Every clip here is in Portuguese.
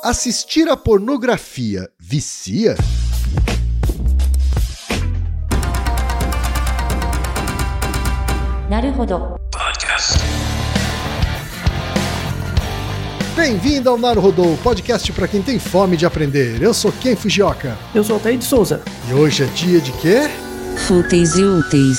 Assistir a pornografia vicia? Naruhodo. Bem-vindo ao Naruhodo, podcast para quem tem fome de aprender. Eu sou Ken Fujioka. Eu sou Altair de Souza. E hoje é dia de quê? Fúteis e úteis.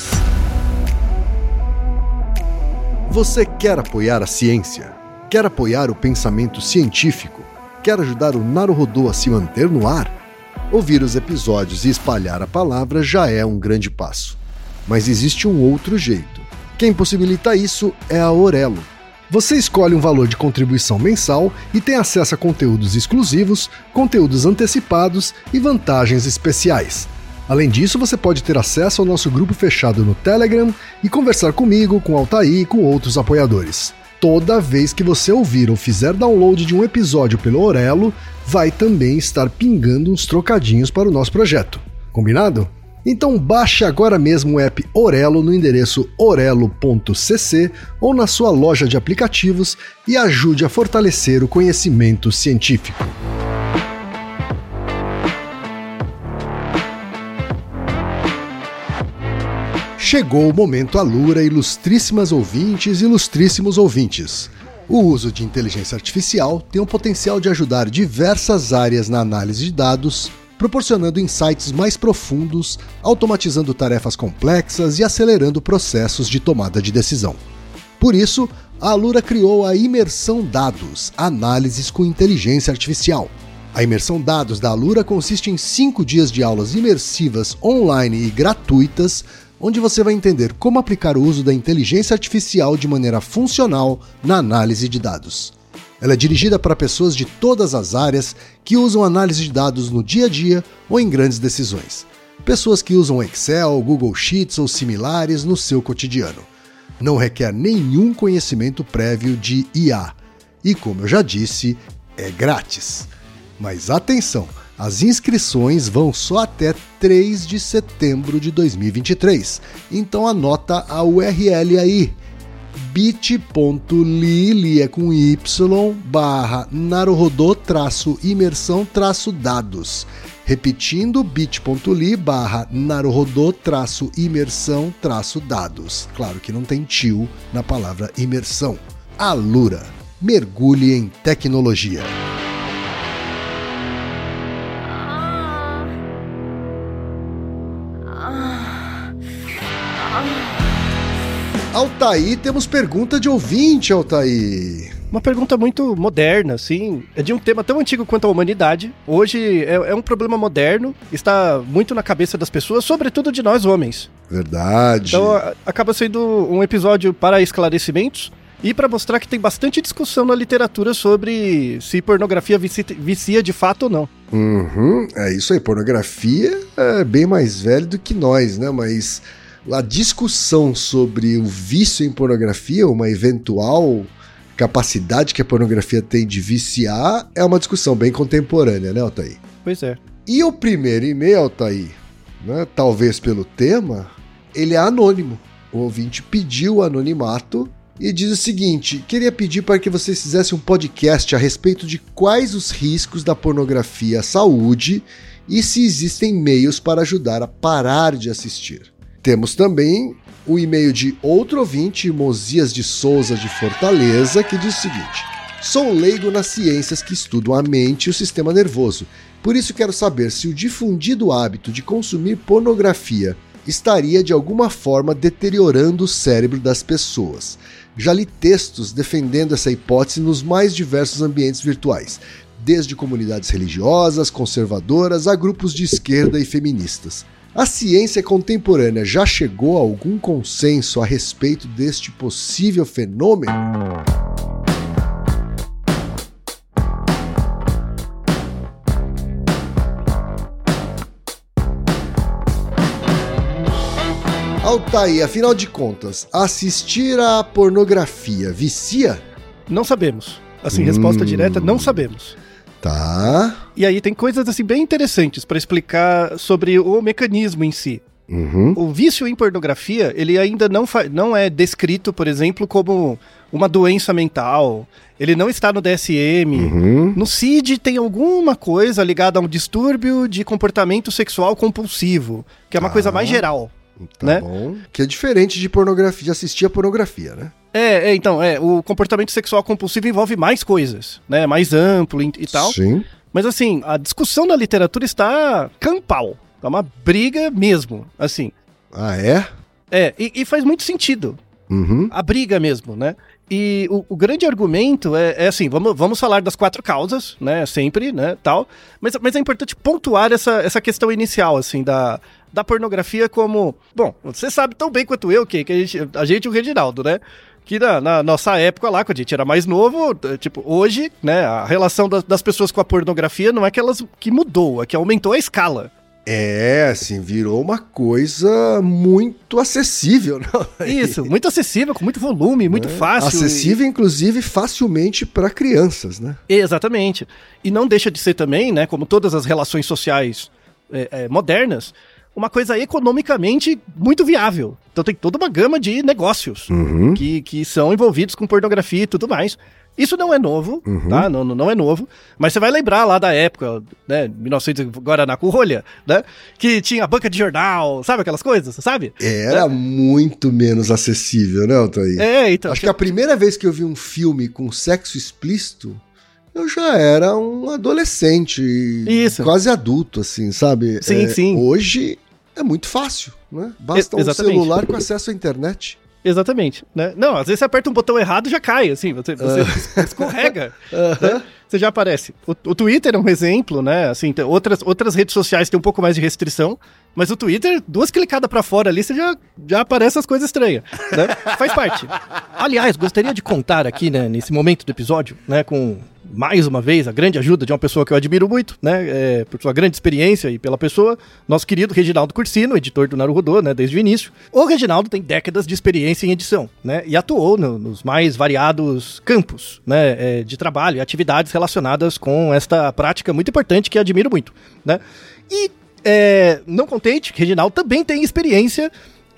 Você quer apoiar a ciência? Quer apoiar o pensamento científico? Quer ajudar o Naruhodo a se manter no ar? Ouvir os episódios e espalhar a palavra já é um grande passo. Mas existe um outro jeito. Quem possibilita isso é a Orelo. Você escolhe um valor de contribuição mensal e tem acesso a conteúdos exclusivos, conteúdos antecipados e vantagens especiais. Além disso, você pode ter acesso ao nosso grupo fechado no Telegram e conversar comigo, com Altair e com outros apoiadores. Toda vez que você ouvir ou fizer download de um episódio pelo Orelo, vai também estar pingando uns trocadinhos para o nosso projeto. Combinado? Então baixe agora mesmo o app Orelo no endereço orelo.cc ou na sua loja de aplicativos e ajude a fortalecer o conhecimento científico. Chegou o momento Alura, ilustríssimas ouvintes e ilustríssimos ouvintes. O uso de inteligência artificial tem o potencial de ajudar diversas áreas na análise de dados, proporcionando insights mais profundos, automatizando tarefas complexas e acelerando processos de tomada de decisão. Por isso, a Alura criou a Imersão Dados, análises com inteligência artificial. A Imersão Dados da Alura consiste em 5 dias de aulas imersivas online e gratuitas, onde você vai entender como aplicar o uso da inteligência artificial de maneira funcional na análise de dados. Ela é dirigida para pessoas de todas as áreas que usam análise de dados no dia a dia ou em grandes decisões. Pessoas que usam Excel, Google Sheets ou similares no seu cotidiano. Não requer nenhum conhecimento prévio de IA. E como eu já disse, é grátis. Mas atenção! As inscrições vão só até 3 de setembro de 2023, então anota a URL aí, bit.ly /naruhodo-imersão-dados. Repetindo, bit.ly /naruhodo-imersão-dados. Claro que não tem tio na palavra imersão. Alura, mergulhe em tecnologia. Altair, temos pergunta de ouvinte, Altair. Uma pergunta muito moderna, assim, é de um tema tão antigo quanto a humanidade. Hoje é um problema moderno, está muito na cabeça das pessoas, sobretudo de nós homens. Verdade. Então acaba sendo um episódio para esclarecimentos e para mostrar que tem bastante discussão na literatura sobre se pornografia vicia de fato ou não. É isso aí, pornografia é bem mais velho do que nós, né, mas a discussão sobre o vício em pornografia, uma eventual capacidade que a pornografia tem de viciar, é uma discussão bem contemporânea, né, Altair? Pois é. E o primeiro e-mail, Altair, né, talvez pelo tema, ele é anônimo. O ouvinte pediu o anonimato e diz o seguinte: queria pedir para que vocês fizessem um podcast a respeito de quais os riscos da pornografia à saúde e se existem meios para ajudar a parar de assistir. Temos também o e-mail de outro ouvinte, Mosias de Souza de Fortaleza, que diz o seguinte: sou leigo nas ciências que estudam a mente e o sistema nervoso, por isso quero saber se o difundido hábito de consumir pornografia estaria de alguma forma deteriorando o cérebro das pessoas. Já li textos defendendo essa hipótese nos mais diversos ambientes virtuais, desde comunidades religiosas, conservadoras, a grupos de esquerda e feministas. A ciência contemporânea já chegou a algum consenso a respeito deste possível fenômeno? Altair, afinal de contas, assistir a pornografia vicia? Não sabemos. Assim, resposta direta, não sabemos. Tá. E aí tem coisas assim bem interessantes para explicar sobre o mecanismo em si. O vício em pornografia, ele ainda não é descrito, por exemplo, como uma doença mental. Ele não está no DSM. No CID tem alguma coisa ligada a um distúrbio de comportamento sexual compulsivo, que é uma coisa mais geral. Tá bom. Que é diferente de pornografia, de assistir a pornografia, né? Então, o comportamento sexual compulsivo envolve mais coisas, né? Mais amplo e tal. Sim. Mas assim, a discussão na literatura está campal. É uma briga mesmo, assim. Ah, é? E faz muito sentido. A briga mesmo, né? E o grande argumento é assim, vamos falar das 4 causas, né? Sempre, né? Tal. Mas é importante pontuar essa questão inicial, assim, da pornografia como... Bom, você sabe tão bem quanto eu que a gente e o Reginaldo, né? Que na nossa época lá, quando a gente era mais novo, tipo, hoje, né? A relação das pessoas com a pornografia não é que mudou, é que aumentou a escala. Assim, virou uma coisa muito acessível, não? Isso, muito acessível, com muito volume, muito fácil. Acessível, inclusive, facilmente para crianças, né? Exatamente. E não deixa de ser também, né, como todas as relações sociais modernas, uma coisa economicamente muito viável. Então tem toda uma gama de negócios que são envolvidos com pornografia e tudo mais. Isso não é novo, tá? Não é novo. Mas você vai lembrar lá da época, né? 1900, Guaraná com rolha, né? Que tinha banca de jornal, sabe aquelas coisas, sabe? Era muito menos acessível, né, Altair? Então. Acho que a primeira vez que eu vi um filme com sexo explícito, eu já era um adolescente, quase adulto, assim, sabe? Sim. Hoje é muito fácil, né? Basta um celular com acesso à internet. Exatamente, né? Não, às vezes você aperta um botão errado e já cai, assim, você escorrega, né? Você já aparece. O Twitter é um exemplo, né? Assim, outras redes sociais têm um pouco mais de restrição, mas o Twitter, 2 clicadas pra fora ali, você já aparece as coisas estranhas, né? Faz parte. Aliás, gostaria de contar aqui, né, nesse momento do episódio, né, com mais uma vez a grande ajuda de uma pessoa que eu admiro muito, né, por sua grande experiência e pela pessoa, nosso querido Reginaldo Cursino, editor do Naruhodô, né, desde o início. O Reginaldo tem décadas de experiência em edição, né, e atuou nos mais variados campos, né, de trabalho e atividades relacionadas com esta prática muito importante que eu admiro muito, né. E não contente, Reginaldo também tem experiência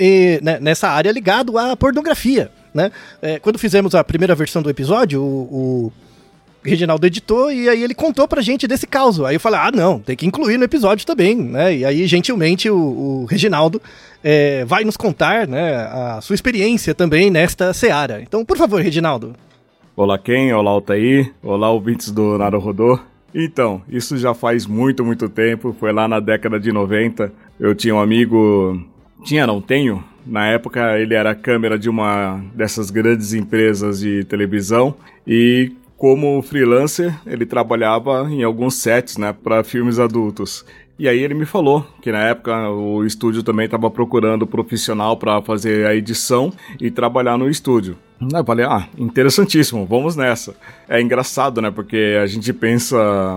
nessa área ligado à pornografia, né. Quando fizemos a primeira versão do episódio, o Reginaldo editou e aí ele contou pra gente desse caos. Aí eu falei, não, tem que incluir no episódio também, né? E aí, gentilmente, o Reginaldo vai nos contar, né, a sua experiência também nesta seara. Então, por favor, Reginaldo. Olá, Ken. Olá, Altair. Olá, ouvintes do Naruhodô. Então, isso já faz muito, muito tempo. Foi lá na década de 90. Eu tinha um amigo... Tenho. Na época, ele era câmera de uma dessas grandes empresas de televisão e... Como freelancer, ele trabalhava em alguns sets, né, para filmes adultos. E aí ele me falou que na época o estúdio também estava procurando profissional para fazer a edição e trabalhar no estúdio. Eu falei, interessantíssimo, vamos nessa. É engraçado, né, porque a gente pensa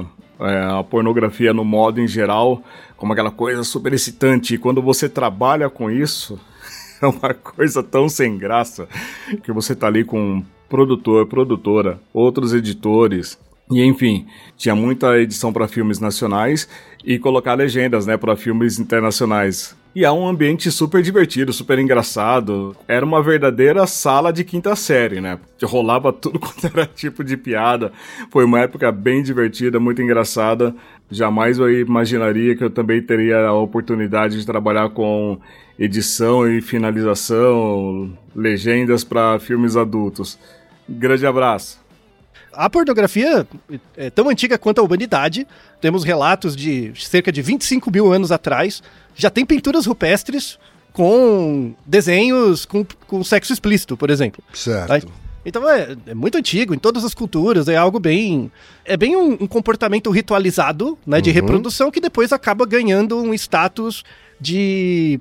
a pornografia no modo em geral como aquela coisa super excitante. E quando você trabalha com isso, é uma coisa tão sem graça que você tá ali com produtor, produtora, outros editores, e enfim, tinha muita edição para filmes nacionais e colocar legendas, né, para filmes internacionais. E é um ambiente super divertido, super engraçado. Era uma verdadeira sala de quinta série, né? Rolava tudo quanto era tipo de piada. Foi uma época bem divertida, muito engraçada. Jamais eu imaginaria que eu também teria a oportunidade de trabalhar com edição e finalização, legendas para filmes adultos. Grande abraço. A pornografia é tão antiga quanto a humanidade. Temos relatos de cerca de 25 mil anos atrás. Já tem pinturas rupestres com desenhos com sexo explícito, por exemplo. Certo. Então é muito antigo, em todas as culturas, é algo bem... É bem um comportamento ritualizado, né, de reprodução que depois acaba ganhando um status de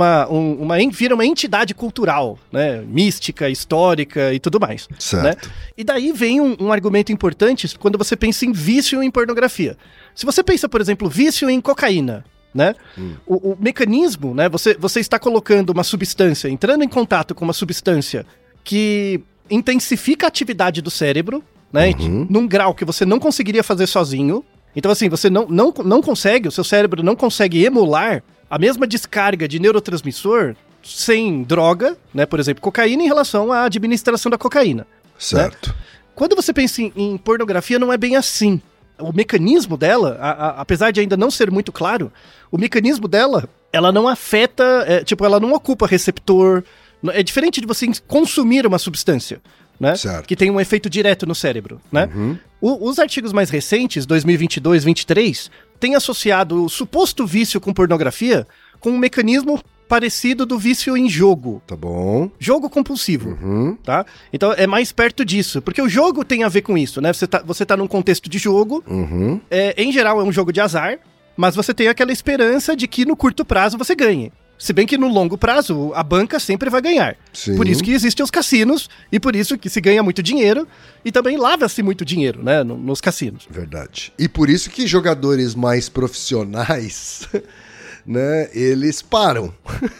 vira uma entidade cultural, né, mística, histórica e tudo mais. Certo. Né? E daí vem um argumento importante quando você pensa em vício em pornografia. Se você pensa, por exemplo, vício em cocaína, né? O mecanismo, né, você está colocando uma substância, entrando em contato com uma substância que intensifica a atividade do cérebro, né, num grau que você não conseguiria fazer sozinho. Então, assim, você não consegue, o seu cérebro não consegue emular a mesma descarga de neurotransmissor sem droga, né? Por exemplo, cocaína em relação à administração da cocaína. Certo. Né? Quando você pensa em pornografia, não é bem assim. O mecanismo dela, apesar de ainda não ser muito claro, o mecanismo dela, ela não afeta, ela não ocupa receptor. É diferente de você consumir uma substância, né? Certo. Que tem um efeito direto no cérebro, né? Uhum. Os artigos mais recentes, 2022, 2023, têm associado o suposto vício com pornografia com um mecanismo parecido do vício em jogo. Tá bom. Jogo compulsivo, Uhum. tá? Então é mais perto disso, porque o jogo tem a ver com isso, né? Você tá num contexto de jogo, Uhum. em geral é um jogo de azar, mas você tem aquela esperança de que no curto prazo você ganhe. Se bem que no longo prazo, a banca sempre vai ganhar. Sim. Por isso que existem os cassinos, e por isso que se ganha muito dinheiro, e também lava-se muito dinheiro, né, nos cassinos. Verdade. E por isso que jogadores mais profissionais, né, eles param.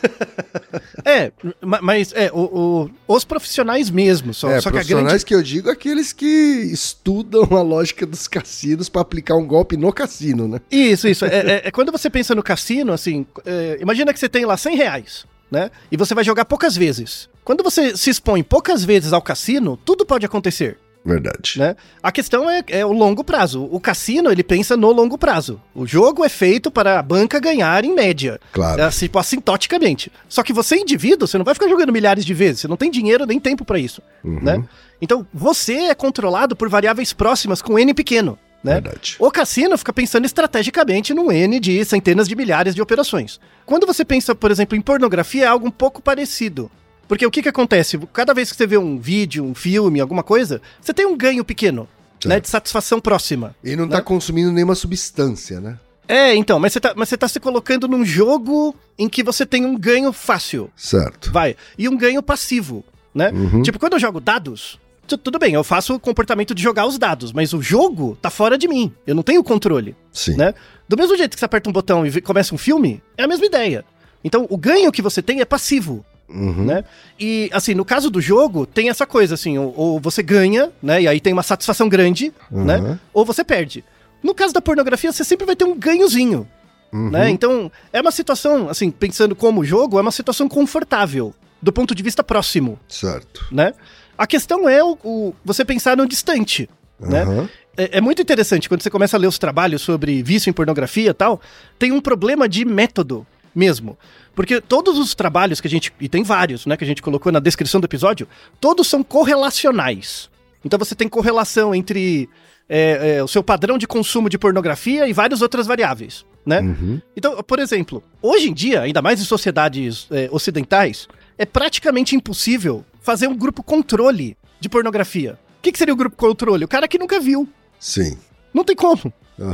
Mas os profissionais mesmo, só que a profissionais grande... que eu digo, aqueles que estudam a lógica dos cassinos para aplicar um golpe no cassino, né? Isso. Quando você pensa no cassino, assim, imagina que você tem lá R$100, né? E você vai jogar poucas vezes. Quando você se expõe poucas vezes ao cassino, tudo pode acontecer. Verdade. Né? A questão é o longo prazo. O cassino, ele pensa no longo prazo. O jogo é feito para a banca ganhar em média. Claro. Assintoticamente. Só que você, indivíduo, você não vai ficar jogando milhares de vezes. Você não tem dinheiro nem tempo para isso. Uhum. Né? Então, você é controlado por variáveis próximas com N pequeno. Né? Verdade. O cassino fica pensando estrategicamente num N de centenas de milhares de operações. Quando você pensa, por exemplo, em pornografia, é algo um pouco parecido. Porque o que acontece? Cada vez que você vê um vídeo, um filme, alguma coisa, você tem um ganho pequeno, né, de satisfação próxima. E não né? tá consumindo nenhuma substância, né? Então, mas você tá se colocando num jogo em que você tem um ganho fácil. Certo. E um ganho passivo, né? Uhum. Tipo, quando eu jogo dados, tudo bem, eu faço o comportamento de jogar os dados, mas o jogo tá fora de mim. Eu não tenho controle. Sim. Né? Do mesmo jeito que você aperta um botão e começa um filme, é a mesma ideia. Então, o ganho que você tem é passivo. Uhum. Né? E, assim, no caso do jogo, tem essa coisa, assim, ou você ganha, né, e aí tem uma satisfação grande, né, ou você perde. No caso da pornografia, você sempre vai ter um ganhozinho, né, então é uma situação, assim, pensando como jogo, é uma situação confortável, do ponto de vista próximo. Certo. Né? A questão é você pensar no distante, né? É muito interessante, quando você começa a ler os trabalhos sobre vício em pornografia e tal, tem um problema de método mesmo. Porque todos os trabalhos que a gente, e tem vários, né, que a gente colocou na descrição do episódio, todos são correlacionais. Então você tem correlação entre o seu padrão de consumo de pornografia e várias outras variáveis, né? Então, por exemplo, hoje em dia, ainda mais em sociedades ocidentais, é praticamente impossível fazer um grupo controle de pornografia. O que seria o grupo controle? O cara que nunca viu. Sim. Não tem como.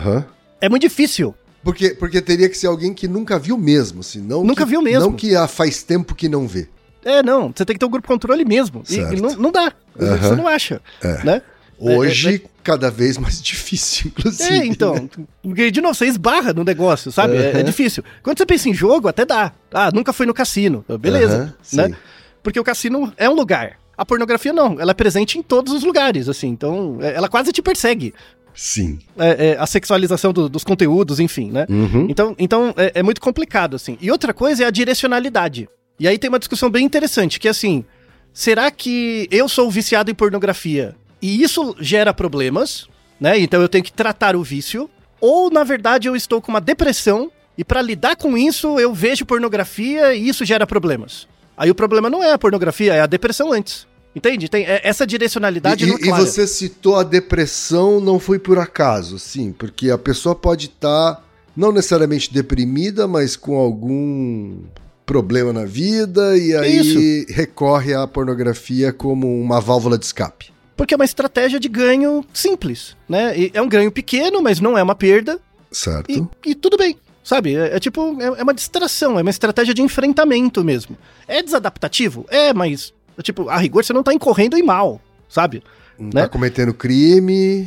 É muito difícil. Porque teria que ser alguém que nunca viu mesmo, assim, nunca viu mesmo. Não que faz tempo que não vê. Não, você tem que ter um grupo controle mesmo. E não dá. Você não acha. Né? Hoje, cada vez mais difícil, inclusive. Então, porque, de novo, você esbarra no negócio, sabe? É difícil. Quando você pensa em jogo, até dá. Nunca foi no cassino. Beleza, né? Porque o cassino é um lugar. A pornografia não, ela é presente em todos os lugares, assim. Então, ela quase te persegue. Sim. A sexualização dos conteúdos, enfim, né? Então é muito complicado, assim. E outra coisa é a direcionalidade. E aí tem uma discussão bem interessante, que é assim, será que eu sou viciado em pornografia e isso gera problemas, né? Então eu tenho que tratar o vício, ou na verdade eu estou com uma depressão e para lidar com isso eu vejo pornografia e isso gera problemas. Aí o problema não é a pornografia, é a depressão antes. Entende? Tem essa direcionalidade não clara. E você citou a depressão, não foi por acaso, sim, porque a pessoa pode estar não necessariamente deprimida, mas com algum problema na vida e aí recorre à pornografia como uma válvula de escape. Porque é uma estratégia de ganho simples, né? E é um ganho pequeno, mas não é uma perda. Certo. E tudo bem, sabe? É uma distração, é uma estratégia de enfrentamento mesmo. É desadaptativo? Mas... Tipo, a rigor você não tá incorrendo em mal, sabe? Não né? Tá cometendo crime.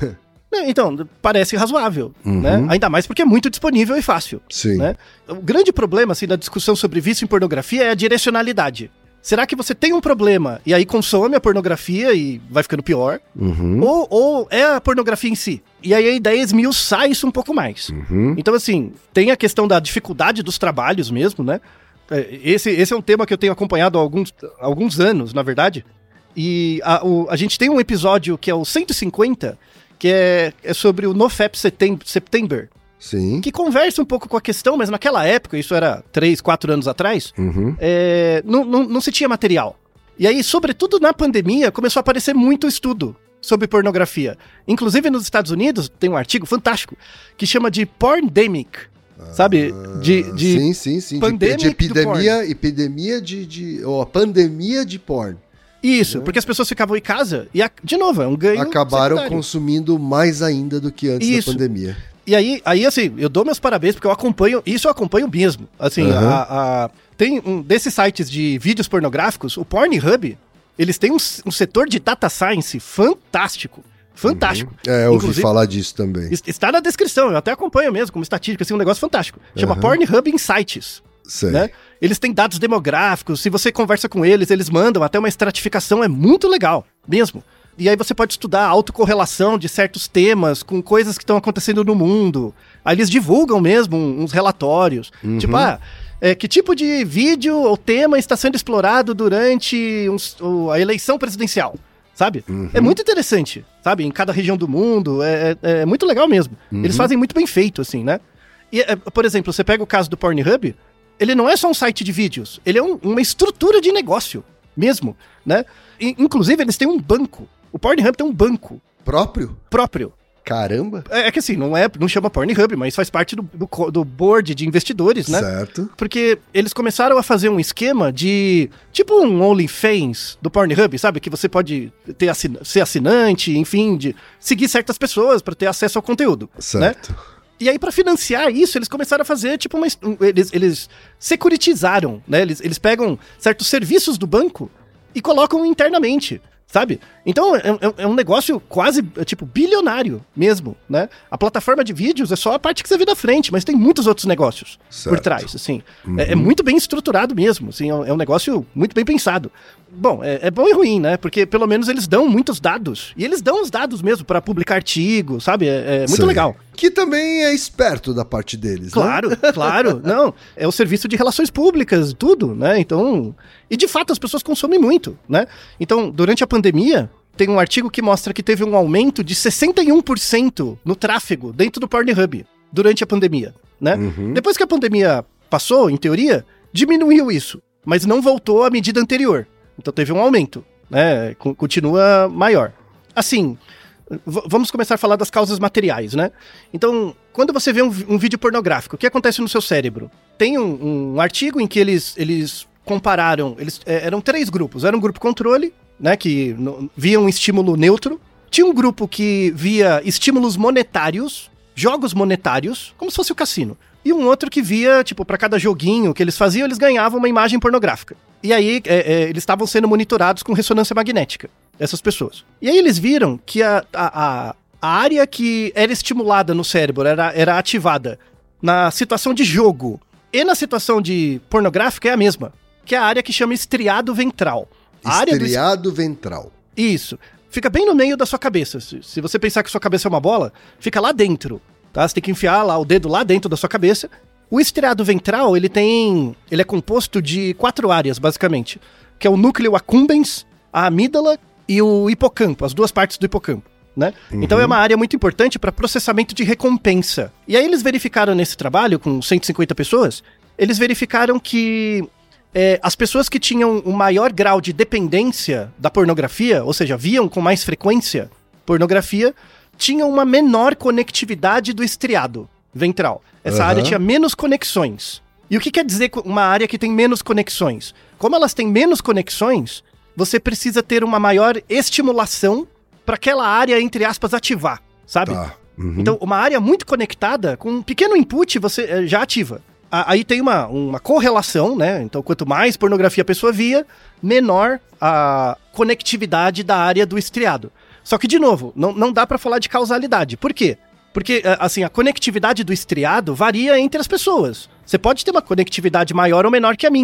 Então, parece razoável, né? Ainda mais porque é muito disponível e fácil. Sim. Né? O grande problema, assim, da discussão sobre vício em pornografia é a direcionalidade. Será que você tem um problema e aí consome a pornografia e vai ficando pior? Ou é a pornografia em si? E aí a ideia é esmiuçar isso um pouco mais. Então, assim, tem a questão da dificuldade dos trabalhos mesmo, né? Esse é um tema que eu tenho acompanhado há alguns anos, na verdade. E a gente tem um episódio que é o 150, que é sobre o NoFap September. Sim. Que conversa um pouco com a questão, mas naquela época, isso era 3, 4 anos atrás, não se tinha material. E aí, sobretudo na pandemia, começou a aparecer muito estudo sobre pornografia. Inclusive nos Estados Unidos, tem um artigo fantástico que chama de Porndemic. Sabe? Sim. Pandemic de epidemia ou a pandemia de porn. Isso, porque as pessoas ficavam em casa e, de novo, é um ganho acabaram secundário. Consumindo mais ainda do que antes da pandemia. E aí, assim, eu dou meus parabéns, porque eu acompanho mesmo. Assim, tem desses sites de vídeos pornográficos, o Pornhub, eles têm um setor de data science fantástico. Eu ouvi falar disso também. Está na descrição, eu até acompanho mesmo, como estatística, assim, um negócio fantástico. Chama Pornhub Insights. Né? Eles têm dados demográficos, se você conversa com eles, eles mandam até uma estratificação, é muito legal, mesmo. E aí você pode estudar a autocorrelação de certos temas com coisas que estão acontecendo no mundo. Aí eles divulgam mesmo uns relatórios. Tipo, que tipo de vídeo ou tema está sendo explorado durante a eleição presidencial, sabe? É muito interessante, sabe? Em cada região do mundo, é muito legal mesmo. Eles fazem muito bem feito, assim, né? E, por exemplo, você pega o caso do Pornhub, ele não é só um site de vídeos, ele é uma estrutura de negócio mesmo, né? Inclusive, eles têm um banco. O Pornhub tem um banco. Próprio. Caramba. É que assim, não chama Pornhub, mas faz parte do board de investidores, né? Certo. Porque eles começaram a fazer um esquema de, tipo um OnlyFans do Pornhub, sabe? Que você pode ser assinante, enfim, de seguir certas pessoas para ter acesso ao conteúdo. Certo. Né? E aí, para financiar isso, eles começaram a fazer, tipo, eles securitizaram, né? Eles pegam certos serviços do banco e colocam internamente, sabe? Então, é um negócio quase, tipo, bilionário mesmo, né? A plataforma de vídeos é só a parte que você vê da frente, mas tem muitos outros negócios por trás, assim. É muito bem estruturado mesmo, assim, é um negócio muito bem pensado. Bom, é bom e ruim, né? Porque pelo menos eles dão muitos dados. E eles dão os dados mesmo para publicar artigos, sabe? É muito legal. Que também é esperto da parte deles, claro, né? Claro. Não, é o serviço de relações públicas, tudo, né? Então... E de fato as pessoas consomem muito, né? Então, durante a pandemia, tem um artigo que mostra que teve um aumento de 61% no tráfego dentro do Pornhub durante a pandemia, né? Depois que a pandemia passou, em teoria, diminuiu isso, mas não voltou à medida anterior. Então teve um aumento, né? Continua maior. Assim, vamos começar a falar das causas materiais, né? Então, quando você vê um vídeo pornográfico, o que acontece no seu cérebro? Tem um artigo em que eles compararam, eram 3 grupos. Era um grupo controle, né, que via um estímulo neutro. Tinha um grupo que via estímulos monetários, jogos monetários, como se fosse o cassino. E um outro que via, tipo, para cada joguinho que eles faziam, eles ganhavam uma imagem pornográfica. E aí, eles estavam sendo monitorados com ressonância magnética, essas pessoas. E aí eles viram que a área que era estimulada no cérebro, era ativada na situação de jogo e na situação de pornográfica é a mesma, que é a área que chama estriado ventral. Estriado ventral. Isso. Fica bem no meio da sua cabeça. Se você pensar que sua cabeça é uma bola, fica lá dentro, tá? Você tem que enfiar o dedo lá dentro da sua cabeça. O estriado ventral, ele é composto de 4 áreas, basicamente, que é o núcleo accumbens, a amígdala e o hipocampo, as 2 partes do hipocampo, né? Então é uma área muito importante para processamento de recompensa. E aí eles verificaram nesse trabalho, com 150 pessoas, eles verificaram que as pessoas que tinham um maior grau de dependência da pornografia, ou seja, viam com mais frequência pornografia, tinham uma menor conectividade do estriado ventral. Essa área tinha menos conexões. E o que quer dizer uma área que tem menos conexões? Como elas têm menos conexões, você precisa ter uma maior estimulação para aquela área, entre aspas, ativar, sabe? Tá. Então, uma área muito conectada, com um pequeno input, você já ativa. Aí tem uma correlação, né? Então, quanto mais pornografia a pessoa via, menor a conectividade da área do estriado. Só que, de novo, não dá para falar de causalidade. Por quê? Porque, assim, a conectividade do estriado varia entre as pessoas. Você pode ter uma conectividade maior ou menor que a minha,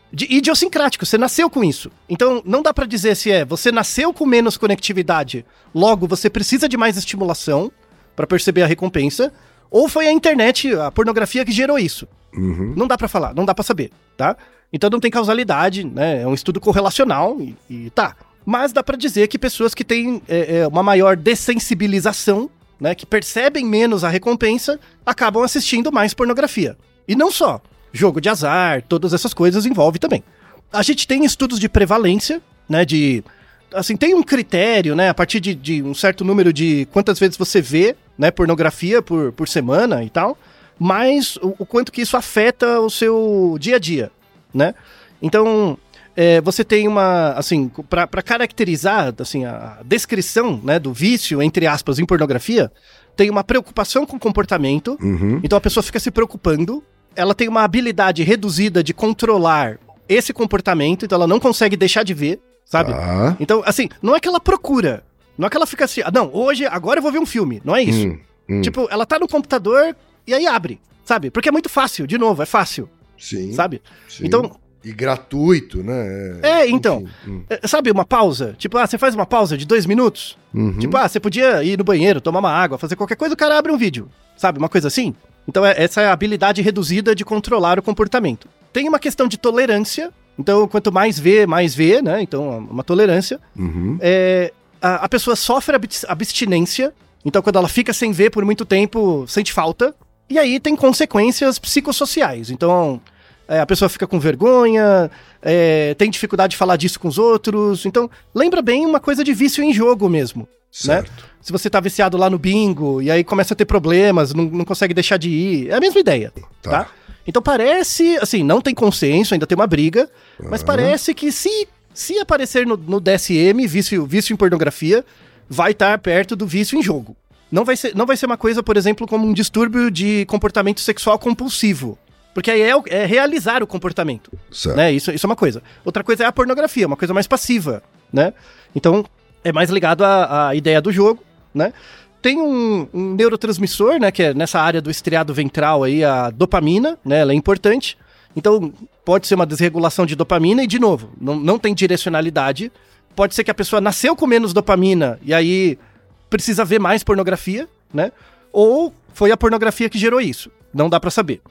idiosincrático, você nasceu com isso. Então, não dá pra dizer se você nasceu com menos conectividade, logo você precisa de mais estimulação pra perceber a recompensa, ou foi a internet, a pornografia que gerou isso. Não dá pra falar, não dá pra saber, tá? Então não tem causalidade, né? É um estudo correlacional e tá. Mas dá pra dizer que pessoas que têm uma maior dessensibilização, né, que percebem menos a recompensa, acabam assistindo mais pornografia. E não só. Jogo de azar, todas essas coisas envolve também. A gente tem estudos de prevalência, né, assim, tem um critério, né, a partir de um certo número de quantas vezes você vê, né, pornografia por semana e tal, mas o quanto que isso afeta o seu dia a dia, né? Então, você tem uma, assim, para caracterizar, assim, a descrição, né, do vício, entre aspas, em pornografia, tem uma preocupação com o comportamento, então a pessoa fica se preocupando, ela tem uma habilidade reduzida de controlar esse comportamento, então ela não consegue deixar de ver, sabe? Então, assim, não é que ela procura, não é que ela fica assim, não, agora eu vou ver um filme, não é isso. Tipo, ela tá no computador e aí abre, sabe? Porque é muito fácil, de novo, é fácil. Sim. Sabe? Sim. Então... E gratuito, né? Então, sabe uma pausa? Tipo, você faz uma pausa de 2 minutos? Tipo, você podia ir no banheiro, tomar uma água, fazer qualquer coisa, o cara abre um vídeo, sabe? Uma coisa assim. Então, essa é a habilidade reduzida de controlar o comportamento. Tem uma questão de tolerância, então, quanto mais vê, né? Então, uma tolerância. A pessoa sofre abstinência, então, quando ela fica sem ver por muito tempo, sente falta. E aí tem consequências psicossociais. Então... a pessoa fica com vergonha, tem dificuldade de falar disso com os outros. Então, lembra bem uma coisa de vício em jogo mesmo, certo, né? Se você tá viciado lá no bingo, e aí começa a ter problemas, não consegue deixar de ir, é a mesma ideia, tá? Então parece, assim, não tem consenso, ainda tem uma briga, mas parece que se aparecer no DSM, vício em pornografia, vai estar perto do vício em jogo. Não vai ser uma coisa, por exemplo, como um distúrbio de comportamento sexual compulsivo. Porque aí é realizar o comportamento, né? Isso é uma coisa. Outra coisa é a pornografia, uma coisa mais passiva, né? Então, é mais ligado à ideia do jogo, né? Tem um neurotransmissor, né? Que é nessa área do estriado ventral aí, a dopamina, né? Ela é importante. Então, pode ser uma desregulação de dopamina e, de novo, não tem direcionalidade. Pode ser que a pessoa nasceu com menos dopamina e aí precisa ver mais pornografia, né? Ou foi a pornografia que gerou isso. Não dá pra saber.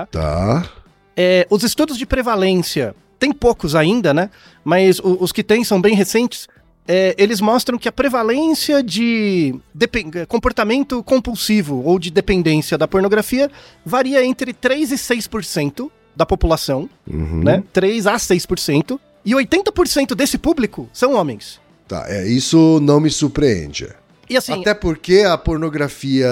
Tá. Os estudos de prevalência, tem poucos ainda, né? Mas os que tem são bem recentes. Eles mostram que a prevalência de comportamento compulsivo ou de dependência da pornografia varia entre 3% e 6% da população, né? 3% a 6%. E 80% desse público são homens. Tá, isso não me surpreende. E assim, até porque a pornografia,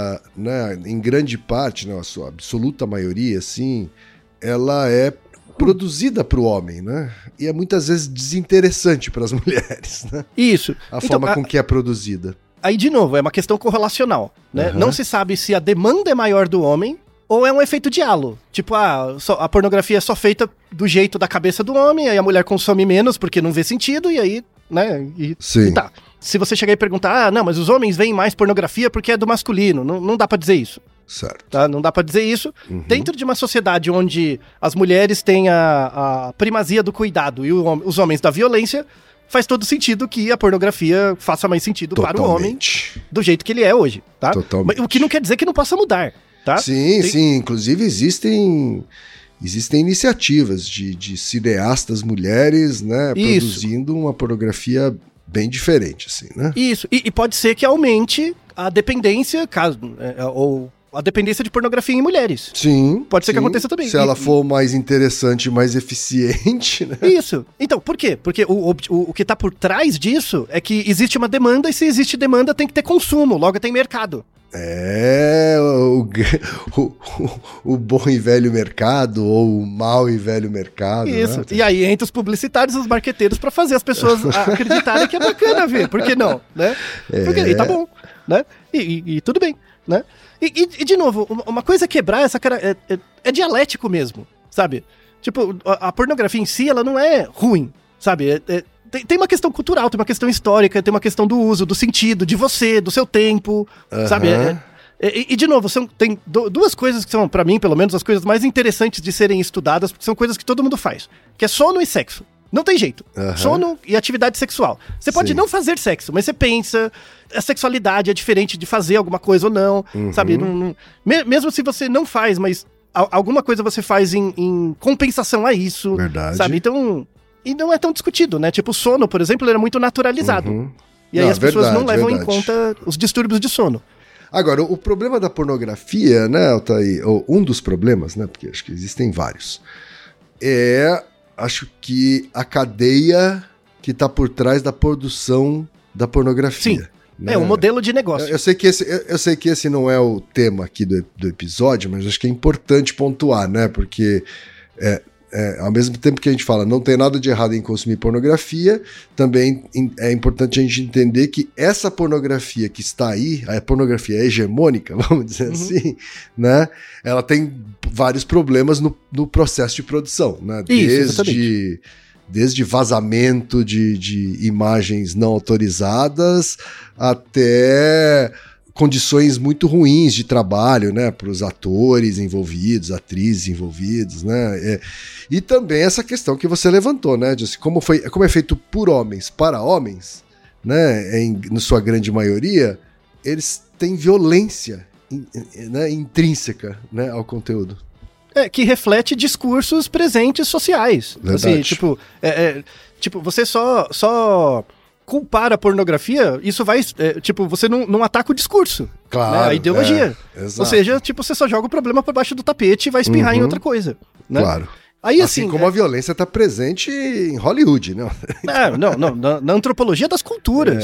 né, em grande parte, né, a sua absoluta maioria, assim, ela é produzida para o homem, né? E é muitas vezes desinteressante para as mulheres, né? Isso. A forma com que é produzida. Aí, de novo, é uma questão correlacional, né? Não se sabe se a demanda é maior do homem ou é um efeito de halo. Tipo, a pornografia é só feita do jeito da cabeça do homem, aí a mulher consome menos porque não vê sentido, e aí, né? Sim. E tá. Se você chegar e perguntar, não, mas os homens veem mais pornografia porque é do masculino, não dá pra dizer isso. Certo. Tá? Não dá pra dizer isso. Dentro de uma sociedade onde as mulheres têm a primazia do cuidado e os homens da violência, faz todo sentido que a pornografia faça mais sentido para o homem do jeito que ele é hoje, tá? Totalmente. O que não quer dizer que não possa mudar, tá? Sim. Inclusive existem iniciativas de cineastas mulheres, né, produzindo uma pornografia bem diferente, assim, né? Isso, e pode ser que aumente a dependência, ou a dependência de pornografia em mulheres. Sim. Pode ser que aconteça também. Se ela for mais interessante, mais eficiente, né? Isso. Então, por quê? Porque o que tá por trás disso é que existe uma demanda, e se existe demanda tem que ter consumo, logo tem mercado. O bom e velho mercado, ou o mau e velho mercado. Isso, né? E aí entra os publicitários e os marqueteiros pra fazer as pessoas acreditarem que é bacana ver, por que não, né? Porque aí tá bom, né? E tudo bem, né? E de novo, uma coisa é quebrar essa cara, é dialético mesmo, sabe? Tipo, a pornografia em si, ela não é ruim, sabe? Tem uma questão cultural, tem uma questão histórica, tem uma questão do uso, do sentido, de você, do seu tempo, sabe? De novo, tem duas coisas que são, pra mim, pelo menos, as coisas mais interessantes de serem estudadas, porque são coisas que todo mundo faz, que é sono e sexo. Não tem jeito. Sono e atividade sexual. Você pode não fazer sexo, mas você pensa, a sexualidade é diferente de fazer alguma coisa ou não, sabe? Mesmo se você não faz, mas alguma coisa você faz em compensação a isso, Verdade. Sabe? Então, e não é tão discutido, né? Tipo, o sono, por exemplo, ele era muito naturalizado. E aí as pessoas não levam em conta os distúrbios de sono. Agora, o problema da pornografia, né, Altair, ou um dos problemas, né, porque acho que existem vários, acho que a cadeia que está por trás da produção da pornografia. Sim, né? Um modelo de negócio. Eu sei que esse não é o tema aqui do episódio, mas acho que é importante pontuar, né, porque ao mesmo tempo que a gente fala não tem nada de errado em consumir pornografia, também é importante a gente entender que essa pornografia que está aí, a pornografia hegemônica, vamos dizer assim, né? Ela tem vários problemas no processo de produção, né? Desde vazamento de imagens não autorizadas até condições muito ruins de trabalho, né, para os atores envolvidos, atrizes envolvidos, né, e também essa questão que você levantou, né, de como é feito por homens para homens, né, na sua grande maioria, eles têm violência né, intrínseca, né, ao conteúdo. Que reflete discursos presentes sociais. Verdade. Assim, tipo, você só culpar a pornografia, isso vai, você não ataca o discurso, claro, né? A ideologia. Exato. Ou seja, você só joga o problema por baixo do tapete e vai espirrar em outra coisa, né? Claro. Aí, assim como a violência está presente em Hollywood, né? Não, na antropologia das culturas,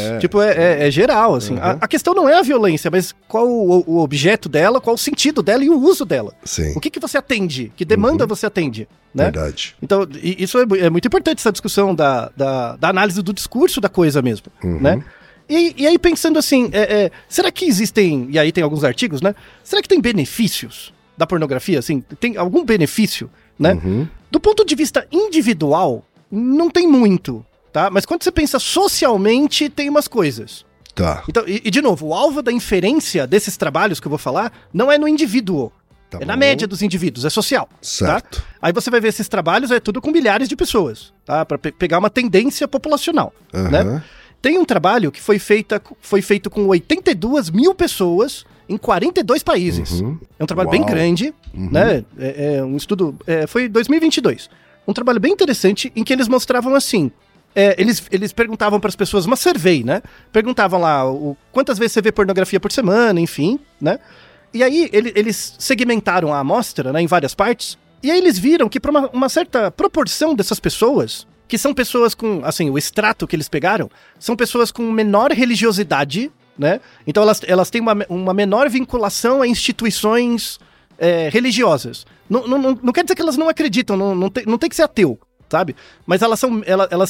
é geral, assim. A questão não é a violência, mas qual o objeto dela, qual o sentido dela e o uso dela. Sim. O que você atende, que demanda você atende, né? Verdade. Então, isso é muito importante, essa discussão da análise do discurso da coisa mesmo, né? E aí pensando assim, será que existem, e aí tem alguns artigos, né? Será que tem benefícios da pornografia, assim? Tem algum benefício, né? Do ponto de vista individual, não tem muito, tá? Mas quando você pensa socialmente, tem umas coisas. Tá. Então, e de novo, o alvo da inferência desses trabalhos que eu vou falar não é no indivíduo, na média dos indivíduos, é social. Certo. Tá? Aí você vai ver esses trabalhos, é tudo com milhares de pessoas, tá? Para pegar uma tendência populacional, né? Tem um trabalho que foi feito com 82 mil pessoas em 42 países. É um trabalho bem grande, né? É um estudo, foi em 2022. Um trabalho bem interessante em que eles mostravam assim, eles perguntavam para as pessoas, uma survey, né? Perguntavam lá quantas vezes você vê pornografia por semana, enfim, né? E aí eles segmentaram a amostra, né, em várias partes, e aí eles viram que para uma certa proporção dessas pessoas, que são pessoas com, assim, o extrato que eles pegaram, são pessoas com menor religiosidade, né? Então elas têm uma menor vinculação a instituições religiosas. Não quer dizer que elas não acreditam, não tem que ser ateu, sabe? Mas elas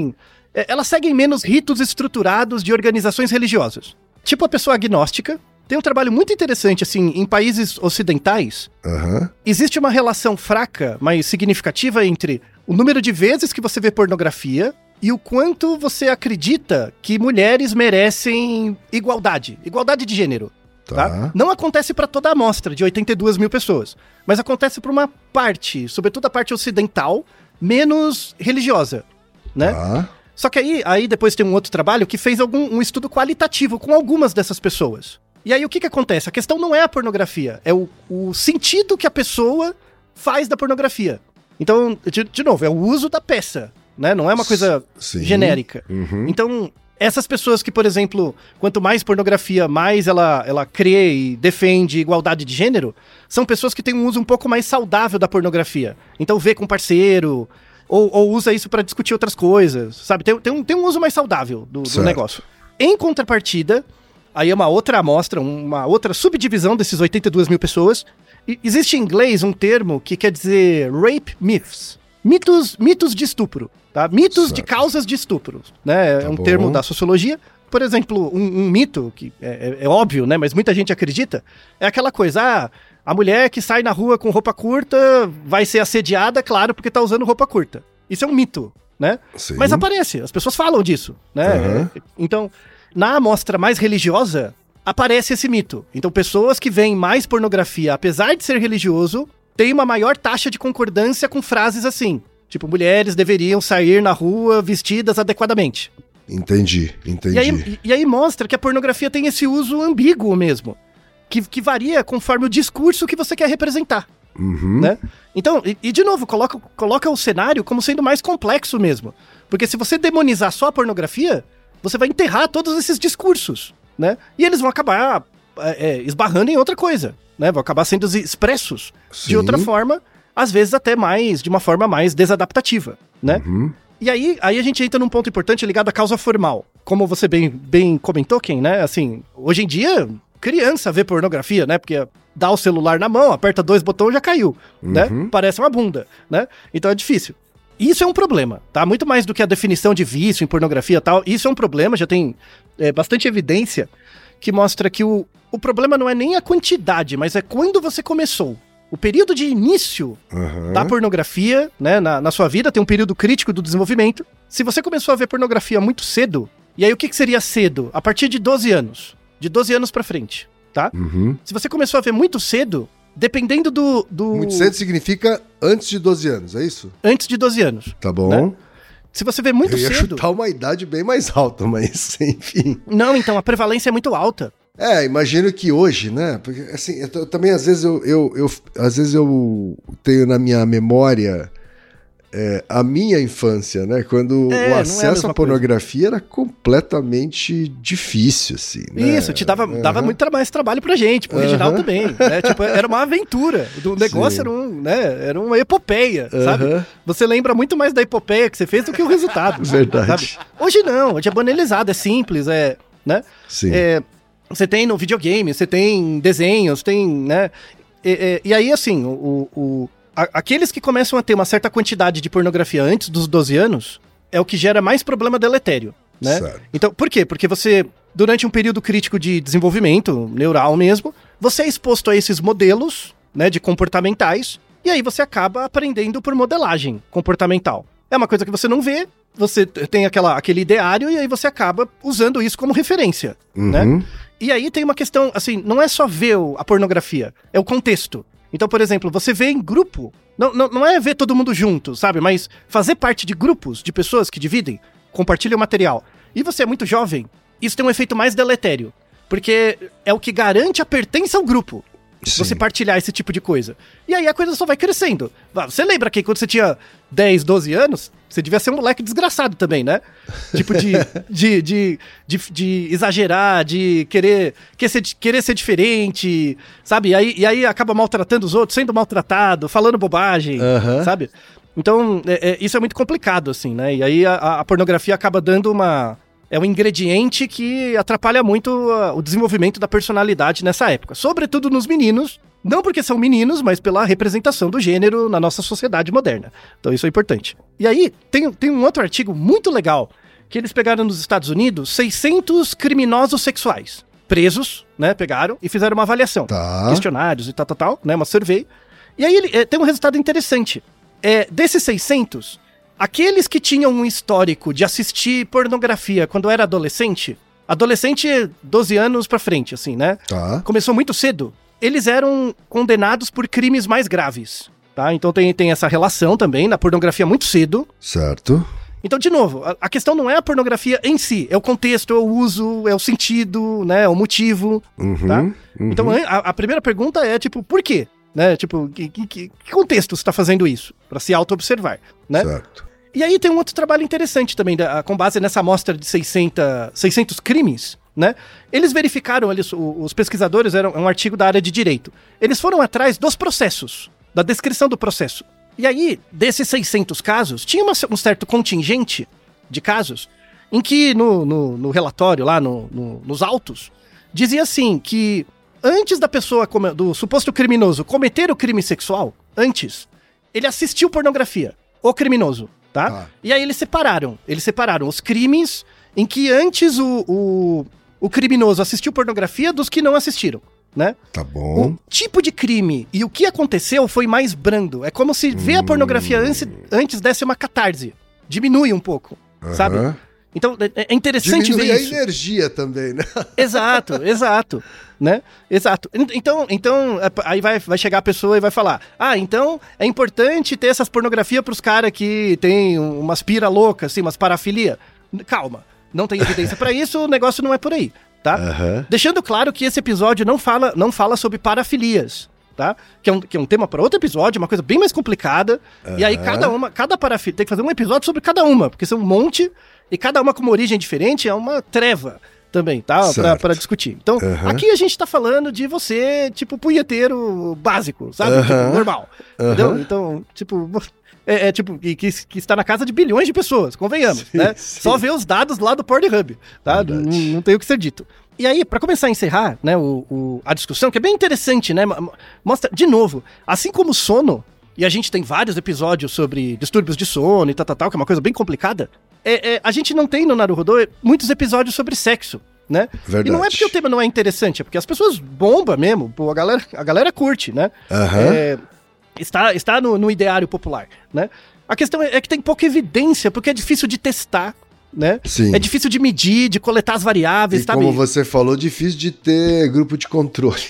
seguem menos ritos estruturados de organizações religiosas. Tipo a pessoa agnóstica. Tem um trabalho muito interessante, assim, em países ocidentais, existe uma relação fraca, mas significativa entre o número de vezes que você vê pornografia e o quanto você acredita que mulheres merecem igualdade de gênero. Tá? Não acontece para toda a amostra de 82 mil pessoas, mas acontece para uma parte, sobretudo a parte ocidental, menos religiosa, né? Só que aí depois tem um outro trabalho que fez um estudo qualitativo com algumas dessas pessoas. E aí o que acontece? A questão não é a pornografia, é o sentido que a pessoa faz da pornografia. Então, de novo, é o uso da peça, né? Não é uma coisa genérica. Então, essas pessoas que, por exemplo, quanto mais pornografia, mais ela crê e defende igualdade de gênero, são pessoas que têm um uso um pouco mais saudável da pornografia. Então, vê com parceiro, ou usa isso para discutir outras coisas, sabe? Tem um uso mais saudável do negócio. Em contrapartida, aí é uma outra amostra, uma outra subdivisão desses 82 mil pessoas. Existe em inglês um termo que quer dizer rape myths. Mitos de estupro, tá? Mitos de causas de estupro, né? É um termo da sociologia. Por exemplo, um mito, que é óbvio, né? Mas muita gente acredita, é aquela coisa, a mulher que sai na rua com roupa curta vai ser assediada, claro, porque tá usando roupa curta. Isso é um mito, né? Sim. Mas aparece, as pessoas falam disso, né? Então, na amostra mais religiosa, aparece esse mito. Então, pessoas que veem mais pornografia, apesar de ser religioso, têm uma maior taxa de concordância com frases assim. Tipo, mulheres deveriam sair na rua vestidas adequadamente. Entendi. E aí mostra que a pornografia tem esse uso ambíguo mesmo. Que varia conforme o discurso que você quer representar. Né? Então, de novo, coloca o cenário como sendo mais complexo mesmo. Porque se você demonizar só a pornografia, você vai enterrar todos esses discursos, né? E eles vão acabar esbarrando em outra coisa, né? Vão acabar sendo expressos de outra forma, às vezes até de uma forma mais desadaptativa, né? E aí a gente entra num ponto importante ligado à causa formal. Como você bem comentou, Ken, né? Assim, hoje em dia, criança vê pornografia, né? Porque dá o celular na mão, aperta 2 botões, já caiu, né? Parece uma bunda, né? Então é difícil. Isso é um problema, tá? Muito mais do que a definição de vício em pornografia e tal. Isso é um problema, já tem bastante evidência que mostra que o problema não é nem a quantidade, mas é quando você começou. O período de início da pornografia, né, na sua vida, tem um período crítico do desenvolvimento. Se você começou a ver pornografia muito cedo, e aí o que seria cedo? A partir de 12 anos. De 12 anos pra frente, tá? Se você começou a ver muito cedo, dependendo do... Muito cedo significa antes de 12 anos, é isso? Antes de 12 anos. Tá bom. Né? Se você vê muito cedo... Eu ia chutar uma idade bem mais alta, mas enfim... Não, então, a prevalência é muito alta. Imagino que hoje, né? Porque, assim, eu também às vezes eu tenho na minha memória a minha infância, né? Quando o acesso à pornografia era completamente difícil, assim, né? Isso, dava muito mais trabalho pra gente, pro Reginaldo também, né? Tipo, era uma aventura. O negócio era uma epopeia, sabe? Você lembra muito mais da epopeia que você fez do que o resultado. Verdade. Sabe? Hoje não, hoje é banalizado, é simples, né? Sim. Você tem no videogame, você tem desenhos, tem, né? E aí, assim, aqueles que começam a ter uma certa quantidade de pornografia antes dos 12 anos é o que gera mais problema deletério, né? Certo. Então, por quê? Porque você, durante um período crítico de desenvolvimento neural mesmo, você é exposto a esses modelos, né, de comportamentais, e aí você acaba aprendendo por modelagem comportamental. É uma coisa que você não vê, você tem aquele ideário, e aí você acaba usando isso como referência, né? E aí tem uma questão, assim, não é só ver a pornografia, é o contexto. Então, por exemplo, você vê em grupo, não é ver todo mundo junto, sabe? Mas fazer parte de grupos de pessoas que dividem, compartilham o material. E você é muito jovem, isso tem um efeito mais deletério. Porque é o que garante a pertença ao grupo. Sim. Você partilhar esse tipo de coisa. E aí a coisa só vai crescendo. Você lembra que quando você tinha 10, 12 anos, você devia ser um moleque desgraçado também, né? Tipo de exagerar, de querer ser diferente, sabe? E aí acaba maltratando os outros, sendo maltratado, falando bobagem, sabe? Então, isso é muito complicado, assim, né? E aí a pornografia acaba dando um ingrediente que atrapalha muito o desenvolvimento da personalidade nessa época. Sobretudo nos meninos, não porque são meninos, mas pela representação do gênero na nossa sociedade moderna. Então isso é importante. E aí, tem um outro artigo muito legal, que eles pegaram nos Estados Unidos 600 criminosos sexuais. Presos, né, pegaram e fizeram uma avaliação. Tá. Questionários e tal, né, uma survey. E aí tem um resultado interessante. Desses 600... Aqueles que tinham um histórico de assistir pornografia quando era adolescente, 12 anos pra frente, assim, né? Tá. Começou muito cedo. Eles eram condenados por crimes mais graves, tá? Então tem essa relação também na pornografia muito cedo. Certo. Então, de novo, a questão não é a pornografia em si, é o contexto, é o uso, é o sentido, né? É o motivo, tá? Então, a primeira pergunta é, tipo, por quê? Né? Tipo, que contexto você tá fazendo isso? Pra se auto-observar, né? Certo. E aí tem um outro trabalho interessante também, com base nessa amostra de 600 crimes, né? Eles verificaram, os pesquisadores, era um artigo da área de direito, eles foram atrás dos processos, da descrição do processo. E aí, desses 600 casos, tinha um certo contingente de casos em que no relatório, lá nos autos, dizia assim que antes da pessoa, do suposto criminoso, cometer o crime sexual, ele assistiu pornografia, o criminoso. Tá? E aí eles separaram os crimes em que antes o criminoso assistiu pornografia dos que não assistiram, né? Tá bom. O tipo de crime e o que aconteceu foi mais brando. É como se ver a pornografia antes desse uma catarse. Diminui um pouco, sabe? Então, é interessante Diminui ver isso. a energia também, né? Exato, né? Exato. Então aí vai chegar a pessoa e vai falar, então é importante ter essas pornografias pros caras que tem umas pira loucas, assim, umas parafilia. Calma, não tem evidência pra isso, o negócio não é por aí, tá? Uhum. Deixando claro que esse episódio não fala sobre parafilias, tá? Que é um tema para outro episódio, uma coisa bem mais complicada. E aí cada parafilia, tem que fazer um episódio sobre cada uma, porque são um monte, e cada uma com uma origem diferente, é uma treva também, tá? Pra discutir. Então, aqui a gente tá falando de você, tipo, punheteiro básico, sabe? Tipo, normal. Entendeu? Então, tipo... tipo, que está na casa de bilhões de pessoas, convenhamos, né? Sim. Só ver os dados lá do Pornhub, tá? Não tem o que ser dito. E aí, pra começar a encerrar, né, a discussão, que é bem interessante, né? Mostra, de novo, assim como o sono, e a gente tem vários episódios sobre distúrbios de sono e tal, que é uma coisa bem complicada, a gente não tem no Naruhodô muitos episódios sobre sexo, né? Verdade. E não é porque o tema não é interessante, é porque as pessoas bombam mesmo, pô, a galera curte, né? Está no ideário popular, né? A questão é que tem pouca evidência, porque é difícil de testar, né? Sim. É difícil de medir, de coletar as variáveis, e sabe? Como você falou, difícil de ter grupo de controle.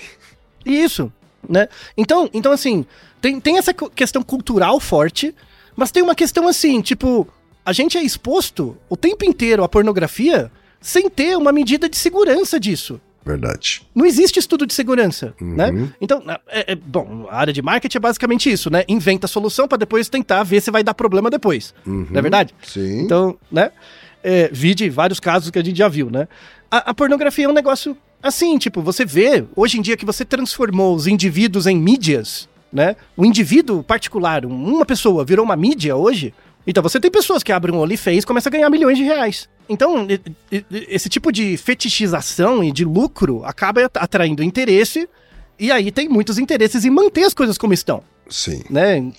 Isso, né? Então assim, tem essa questão cultural forte, mas tem uma questão assim, tipo, a gente é exposto o tempo inteiro à pornografia sem ter uma medida de segurança disso. Verdade. Não existe estudo de segurança, né? Então, bom, a área de marketing é basicamente isso, né? Inventa a solução para depois tentar ver se vai dar problema depois. Não é verdade? Sim. Então, né? Vide vários casos que a gente já viu, né? A pornografia é um negócio assim, tipo, você vê, hoje em dia que você transformou os indivíduos em mídias, né? O indivíduo particular, uma pessoa virou uma mídia hoje, então você tem pessoas que abrem um OnlyFans e começam a ganhar milhões de reais. Então, esse tipo de fetichização e de lucro acaba atraindo interesse, e aí tem muitos interesses em manter as coisas como estão. Sim. Né?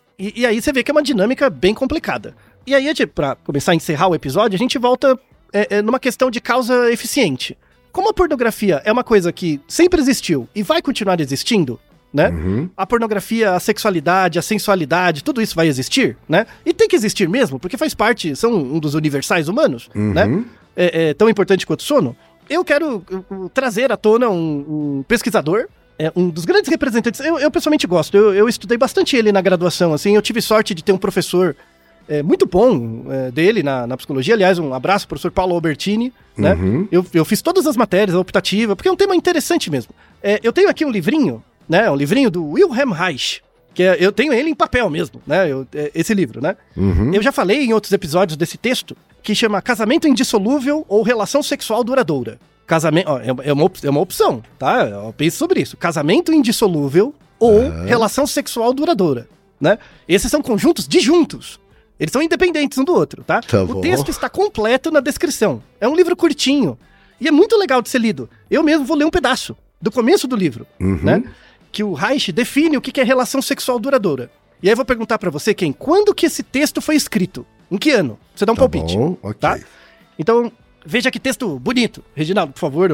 E aí você vê que é uma dinâmica bem complicada. E aí, pra começar a encerrar o episódio, a gente volta numa questão de causa eficiente. Como a pornografia é uma coisa que sempre existiu e vai continuar existindo, né? A pornografia, a sexualidade, a sensualidade, tudo isso vai existir, né? E tem que existir mesmo, porque faz parte, são um dos universais humanos, né? É tão importante quanto o sono. Eu quero trazer à tona um pesquisador, um dos grandes representantes, eu pessoalmente gosto, eu estudei bastante ele na graduação, assim, eu tive sorte de ter um professor muito bom dele na psicologia, aliás, um abraço pro professor Paulo Albertini, né? Eu fiz todas as matérias, a optativa, porque é um tema interessante mesmo. Eu tenho aqui um livrinho, né, um livrinho do Wilhelm Reich, que eu tenho ele em papel mesmo, né, esse livro, né? Eu já falei em outros episódios desse texto, que chama Casamento Indissolúvel ou Relação Sexual Duradoura. Casamento, é uma opção, tá? Pense sobre isso. Casamento indissolúvel ou relação sexual duradoura, né? Esses são conjuntos disjuntos. Eles são independentes um do outro, tá? O texto está completo na descrição. É um livro curtinho e é muito legal de ser lido. Eu mesmo vou ler um pedaço do começo do livro, né? Que o Reich define o que é relação sexual duradoura. E aí eu vou perguntar pra você, quando que esse texto foi escrito? Em que ano? Você dá um palpite. Bom, okay. Tá? Então, veja que texto bonito. Reginaldo, por favor,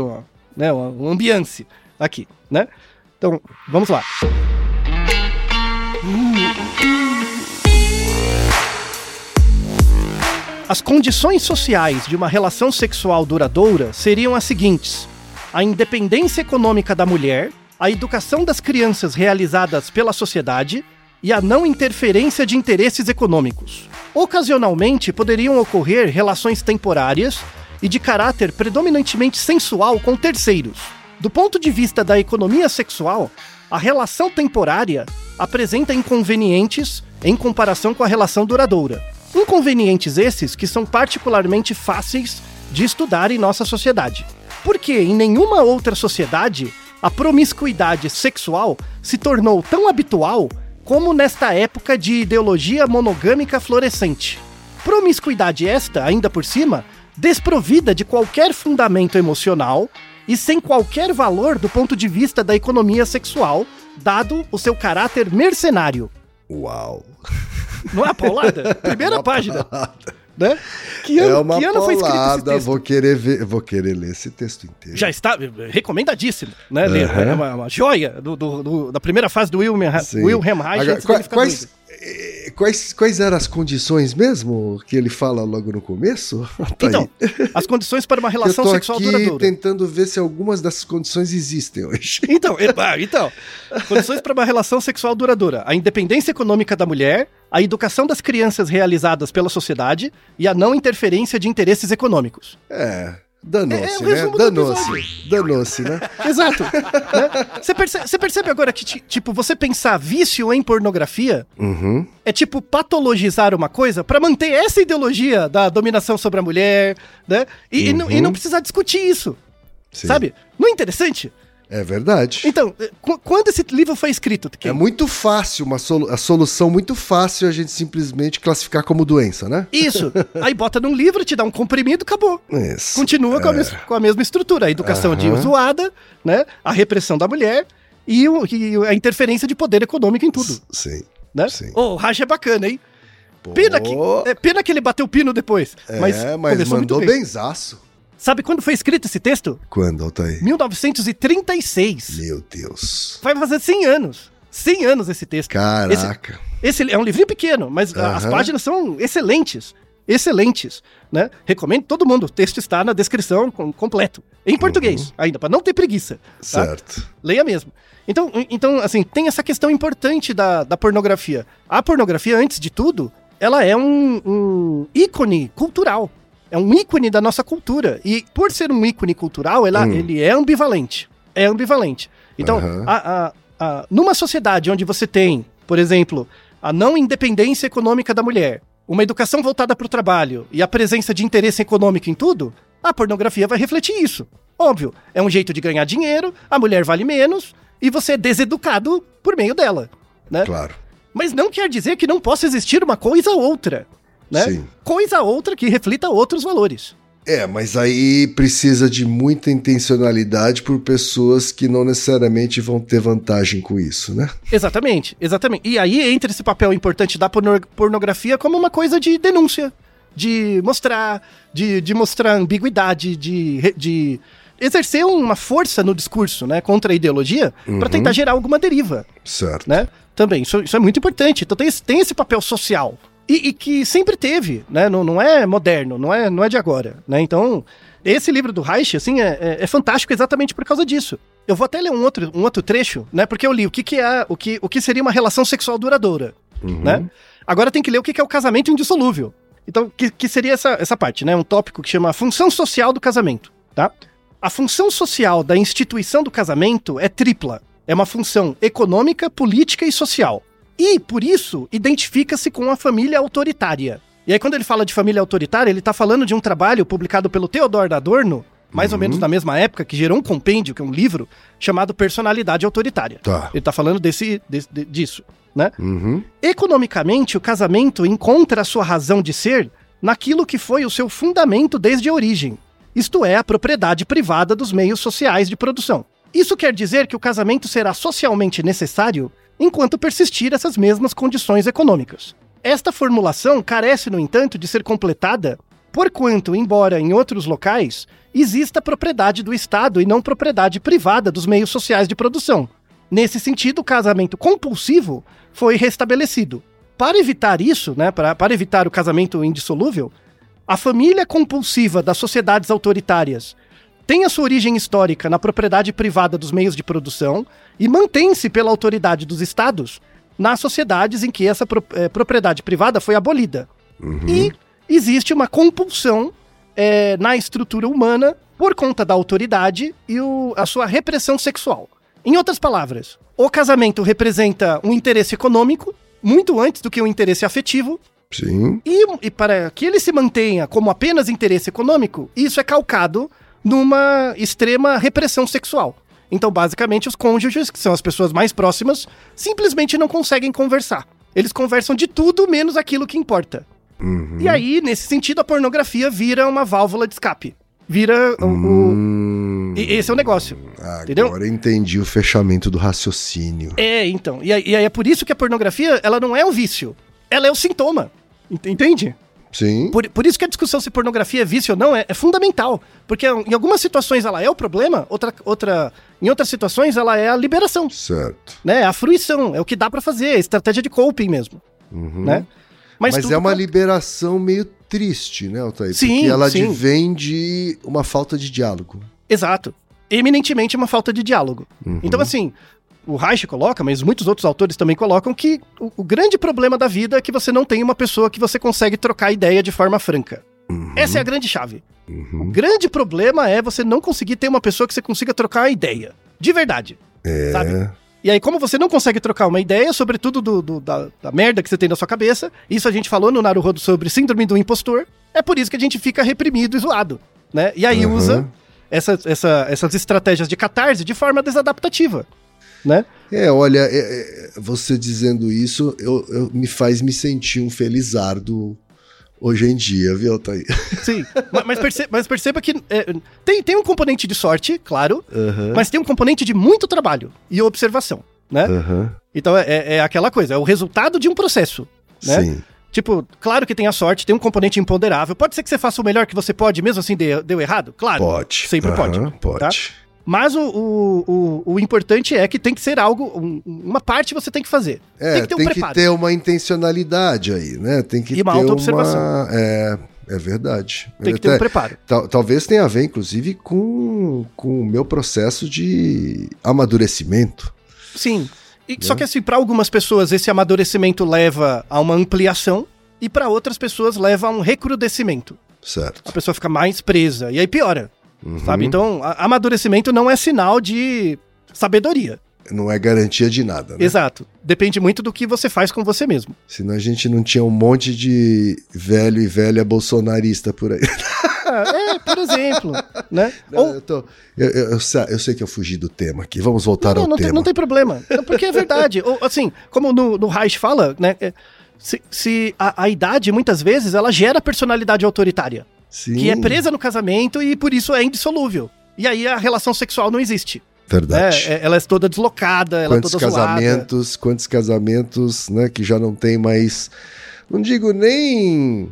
uma ambiance aqui, né? Então, vamos lá. As condições sociais de uma relação sexual duradoura seriam as seguintes: a independência econômica da mulher, a educação das crianças realizadas pela sociedade e a não interferência de interesses econômicos. Ocasionalmente poderiam ocorrer relações temporárias e de caráter predominantemente sensual com terceiros. Do ponto de vista da economia sexual, a relação temporária apresenta inconvenientes em comparação com a relação duradoura. Inconvenientes esses que são particularmente fáceis de estudar em nossa sociedade. Porque em nenhuma outra sociedade a promiscuidade sexual se tornou tão habitual como nesta época de ideologia monogâmica florescente. Promiscuidade esta, ainda por cima, desprovida de qualquer fundamento emocional e sem qualquer valor do ponto de vista da economia sexual, dado o seu caráter mercenário. Uau! Não é uma paulada? Primeira página. Paulada. Né? Que ano foi escrito esse texto? Vou querer ler esse texto inteiro. Já está recomendadíssimo, né? É uma joia da primeira fase do Wilhelm Reich. quais eram as condições mesmo que ele fala logo no começo? Tá então, as condições para uma relação sexual duradoura. Eu tô aqui tentando ver se algumas dessas condições existem hoje. Então, condições para uma relação sexual duradoura. A independência econômica da mulher, a educação das crianças realizadas pela sociedade e a não interferência de interesses econômicos. Danou-se, né? Danou-se, né? Exato. Né? Você percebe agora que, tipo, você pensar vício em pornografia é tipo patologizar uma coisa pra manter essa ideologia da dominação sobre a mulher, né? E não precisar discutir isso. Sim. Sabe? Não é interessante? É verdade. Então, quando esse livro foi escrito? É muito fácil, a solução muito fácil é a gente simplesmente classificar como doença, né? Isso. Aí bota num livro, te dá um comprimido, acabou. Isso. Continua com a mesma estrutura. A educação de zoada, né? A repressão da mulher e a interferência de poder econômico em tudo. Sim. Né? Sim. O Reich é bacana, hein? Pena que ele bateu o pino depois. Mas mandou benzaço. Sabe quando foi escrito esse texto? Quando, Altair? 1936. Meu Deus. Vai fazer 100 anos. 100 anos esse texto. Caraca. Esse é um livrinho pequeno, mas as páginas são excelentes. Excelentes, né? Recomendo todo mundo. O texto está na descrição completo. Em português, ainda, para não ter preguiça. Tá? Certo. Leia mesmo. Então, assim, tem essa questão importante da pornografia. A pornografia, antes de tudo, ela é um ícone cultural. É um ícone da nossa cultura. E por ser um ícone cultural, ele é ambivalente. É ambivalente. Então, numa sociedade onde você tem, por exemplo, a não independência econômica da mulher, uma educação voltada para o trabalho e a presença de interesse econômico em tudo, a pornografia vai refletir isso. Óbvio, é um jeito de ganhar dinheiro, a mulher vale menos e você é deseducado por meio dela. Né? Claro. Mas não quer dizer que não possa existir uma coisa ou outra. Né? Sim. Coisa outra que reflita outros valores. Mas aí precisa de muita intencionalidade por pessoas que não necessariamente vão ter vantagem com isso, né? Exatamente. E aí entra esse papel importante da pornografia como uma coisa de denúncia, de mostrar ambiguidade, de exercer uma força no discurso, né, contra a ideologia, para tentar gerar alguma deriva. Certo. Né? Também, isso é muito importante. Então tem esse papel social. E que sempre teve, né? Não é moderno, não é de agora, né? Então, esse livro do Reich, assim, é fantástico exatamente por causa disso. Eu vou até ler um outro trecho, né? Porque eu li o que seria uma relação sexual duradoura, né? Agora tem que ler o que é o casamento indissolúvel. Então, que seria essa parte, né? Um tópico que chama a função social do casamento, tá? A função social da instituição do casamento é tripla. É uma função econômica, política e social. E, por isso, identifica-se com a família autoritária. E aí, quando ele fala de família autoritária, ele está falando de um trabalho publicado pelo Theodor Adorno, mais ou menos na mesma época, que gerou um compêndio, que é um livro, chamado Personalidade Autoritária. Tá. Ele está falando disso, né? Economicamente, o casamento encontra a sua razão de ser naquilo que foi o seu fundamento desde a origem. Isto é, a propriedade privada dos meios sociais de produção. Isso quer dizer que o casamento será socialmente necessário enquanto persistir essas mesmas condições econômicas. Esta formulação carece, no entanto, de ser completada, porquanto, embora em outros locais, exista propriedade do Estado e não propriedade privada dos meios sociais de produção. Nesse sentido, o casamento compulsivo foi restabelecido. Para evitar isso, né, para evitar o casamento indissolúvel, a família compulsiva das sociedades autoritárias tem a sua origem histórica na propriedade privada dos meios de produção e mantém-se pela autoridade dos estados nas sociedades em que essa propriedade privada foi abolida. E existe uma compulsão na estrutura humana por conta da autoridade e a sua repressão sexual. Em outras palavras, o casamento representa um interesse econômico muito antes do que um interesse afetivo. Sim. E para que ele se mantenha como apenas interesse econômico, isso é calcado numa extrema repressão sexual. Então, basicamente, os cônjuges, que são as pessoas mais próximas, simplesmente não conseguem conversar. Eles conversam de tudo menos aquilo que importa. E aí, nesse sentido, a pornografia vira uma válvula de escape. Vira esse é o negócio. Entendeu? Agora entendi o fechamento do raciocínio. Então. E aí é por isso que a pornografia, ela não é um vício. Ela é o sintoma. Entende? Sim. Por isso que a discussão se pornografia é vício ou não é fundamental. Porque em algumas situações ela é o problema, em outras situações ela é a liberação. Certo. Né? A fruição, é o que dá pra fazer, é a estratégia de coping mesmo. né? Mas é uma liberação meio triste, né, Altair? Sim, porque ela sim. advém de uma falta de diálogo. Exato. Eminentemente uma falta de diálogo. Então, assim, o Reich coloca, mas muitos outros autores também colocam que o grande problema da vida é que você não tem uma pessoa que você consegue trocar ideia de forma franca. Essa é a grande chave. O grande problema é você não conseguir ter uma pessoa que você consiga trocar a ideia. De verdade. Sabe? E aí, como você não consegue trocar uma ideia, sobretudo da merda que você tem na sua cabeça, isso a gente falou no Naruhodo sobre síndrome do impostor, é por isso que a gente fica reprimido e zoado, né? E aí usa essas estratégias de catarse de forma desadaptativa, né? Olha, você dizendo isso, me faz me sentir um felizardo hoje em dia, viu, Altair? Sim, mas perceba que tem um componente de sorte, claro, mas tem um componente de muito trabalho e observação, né? Então é aquela coisa, é o resultado de um processo, né? Sim. Tipo, claro que tem a sorte, tem um componente imponderável. Pode ser que você faça o melhor que você pode, mesmo assim deu errado? Claro. Pode. Sempre pode. Pode. Tá? Mas o importante é que tem que ser algo, uma parte você tem que fazer. Tem que ter um preparo. Que ter uma intencionalidade aí, né? Tem que ter uma auto-observação. É verdade. Tem que ter um preparo. Talvez tenha a ver, inclusive, com o meu processo de amadurecimento. Sim. Só que assim, para algumas pessoas esse amadurecimento leva a uma ampliação e para outras pessoas leva a um recrudescimento. Certo. A pessoa fica mais presa e aí piora. Sabe? Então, amadurecimento não é sinal de sabedoria. Não é garantia de nada, né? Exato. Depende muito do que você faz com você mesmo. Senão a gente não tinha um monte de velho e velha bolsonarista por aí. Por exemplo, né? Não, eu sei que eu fugi do tema aqui. Vamos voltar ao tema. Não tem problema. Porque é verdade. Ou, assim, como no Reich fala, né? Se a idade, muitas vezes, ela gera personalidade autoritária. Sim. Que é presa no casamento e por isso é indissolúvel. E aí a relação sexual não existe. Verdade. Ela é toda deslocada, ela é toda zoada. Quantos casamentos, né, que já não tem mais, não digo nem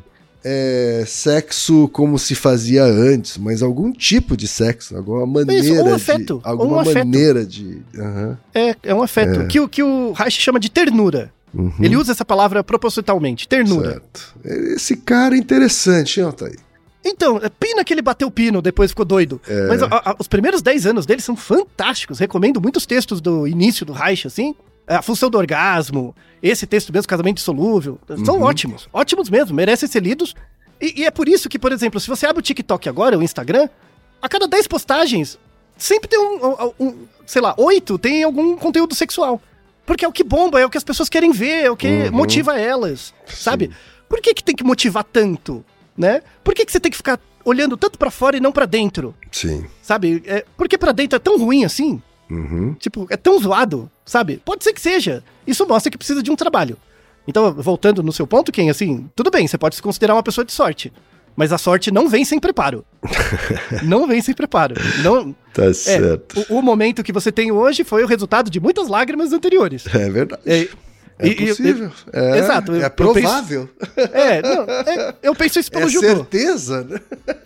sexo como se fazia antes, mas algum tipo de sexo, alguma maneira isso, um afeto, alguma maneira de... É um afeto, que o Reich chama de ternura. Ele usa essa palavra propositalmente, ternura. Certo. Esse cara é interessante, hein, Altair? Então, pena que ele bateu o pino, depois ficou doido. Mas os primeiros 10 anos dele são fantásticos. Recomendo muitos textos do início do Reich, assim. A função do orgasmo, esse texto mesmo, casamento dissolúvel. São ótimos. Ótimos mesmo, merecem ser lidos. E é por isso que, por exemplo, se você abre o TikTok agora, o Instagram, a cada 10 postagens, sempre tem sei lá, 8 tem algum conteúdo sexual. Porque é o que bomba, é o que as pessoas querem ver, é o que motiva elas, sabe? Por que tem que motivar tanto? Né? Por que você tem que ficar olhando tanto pra fora e não pra dentro? Sim. Sabe? Porque pra dentro é tão ruim assim? Tipo, é tão zoado, sabe? Pode ser que seja. Isso mostra que precisa de um trabalho. Então, voltando no seu ponto, Ken, assim, tudo bem, você pode se considerar uma pessoa de sorte. Mas a sorte não vem sem preparo. Não vem sem preparo. Não, tá certo. O momento que você tem hoje foi o resultado de muitas lágrimas anteriores. É verdade. É possível. Exato. É provável. Eu penso isso pelo judô. Certeza, né?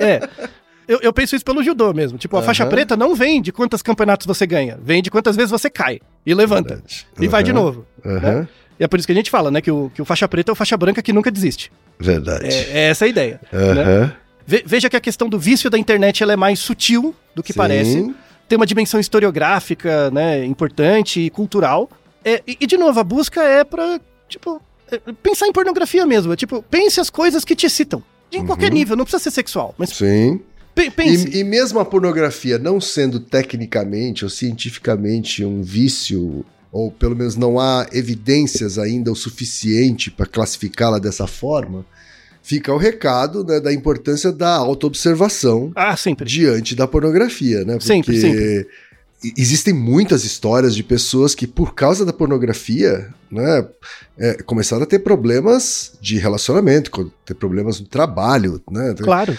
Eu penso isso pelo judô mesmo. Tipo, a faixa preta não vem de quantos campeonatos você ganha. Vem de quantas vezes você cai e levanta. E vai de novo. Né? E é por isso que a gente fala, né? Que o faixa preta é o faixa branca que nunca desiste. Verdade. É essa a ideia. Né? Veja que a questão do vício da internet ela é mais sutil do que parece. Tem uma dimensão historiográfica, né, importante e cultural. E, de novo, a busca é pra, tipo, pensar em pornografia mesmo. Tipo, pense as coisas que te excitam. Em qualquer nível, não precisa ser sexual. Mas sim. Pense. E mesmo a pornografia não sendo tecnicamente ou cientificamente um vício, ou pelo menos não há evidências ainda o suficiente para classificá-la dessa forma, fica o recado, né, da importância da autoobservação diante da pornografia, né? Porque sempre. Existem muitas histórias de pessoas que, por causa da pornografia, né, começaram a ter problemas de relacionamento, ter problemas no trabalho, né? Claro.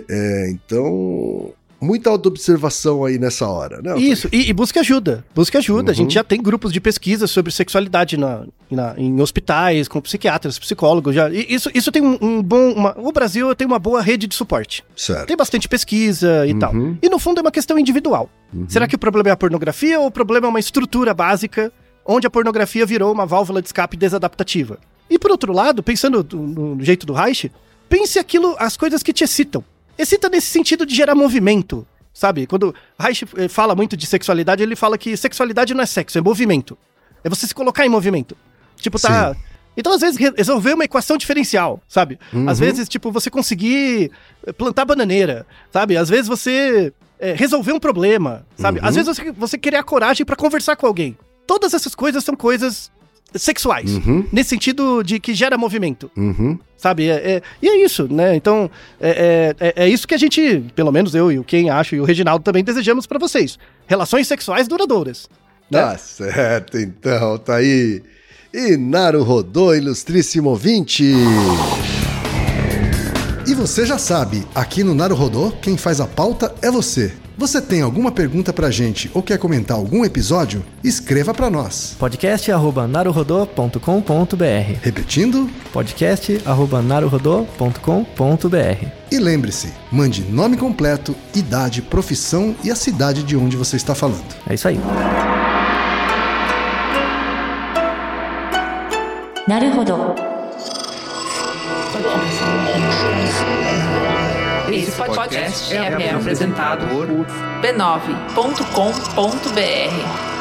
Então, muita autoobservação aí nessa hora, né? Isso, e busque ajuda. Busque ajuda. A gente já tem grupos de pesquisa sobre sexualidade em hospitais, com psiquiatras, psicólogos. Isso tem o Brasil tem uma boa rede de suporte. Certo. Tem bastante pesquisa e tal. E no fundo é uma questão individual. Será que o problema é a pornografia ou o problema é uma estrutura básica onde a pornografia virou uma válvula de escape desadaptativa? E por outro lado, pensando no jeito do Reich, pense as coisas que te excitam. Excita nesse sentido de gerar movimento, sabe? Quando Reich fala muito de sexualidade, ele fala que sexualidade não é sexo, é movimento. É você se colocar em movimento. Tipo, tá... Sim. Então, às vezes, resolver uma equação diferencial, sabe? Às vezes, tipo, você conseguir plantar bananeira, sabe? Às vezes, você resolver um problema, sabe? Às vezes, você querer a coragem pra conversar com alguém. Todas essas coisas são coisas sexuais, nesse sentido de que gera movimento, sabe? E é isso, né? Então, é isso que a gente, pelo menos eu e o Ken, acho, e o Reginaldo também desejamos pra vocês. Relações sexuais duradouras. Né? Tá certo, então, tá aí. E Naruhodô, ilustríssimo ouvinte! E você já sabe, aqui no Naruhodô, quem faz a pauta é você. Você tem alguma pergunta pra gente ou quer comentar algum episódio? Escreva pra nós. podcast@naruhodô.com.br. Repetindo? podcast@naruhodô.com.br. E lembre-se, mande nome completo, idade, profissão e a cidade de onde você está falando. É isso aí. Naruhodô. Esse podcast é apresentado por b9.com.br.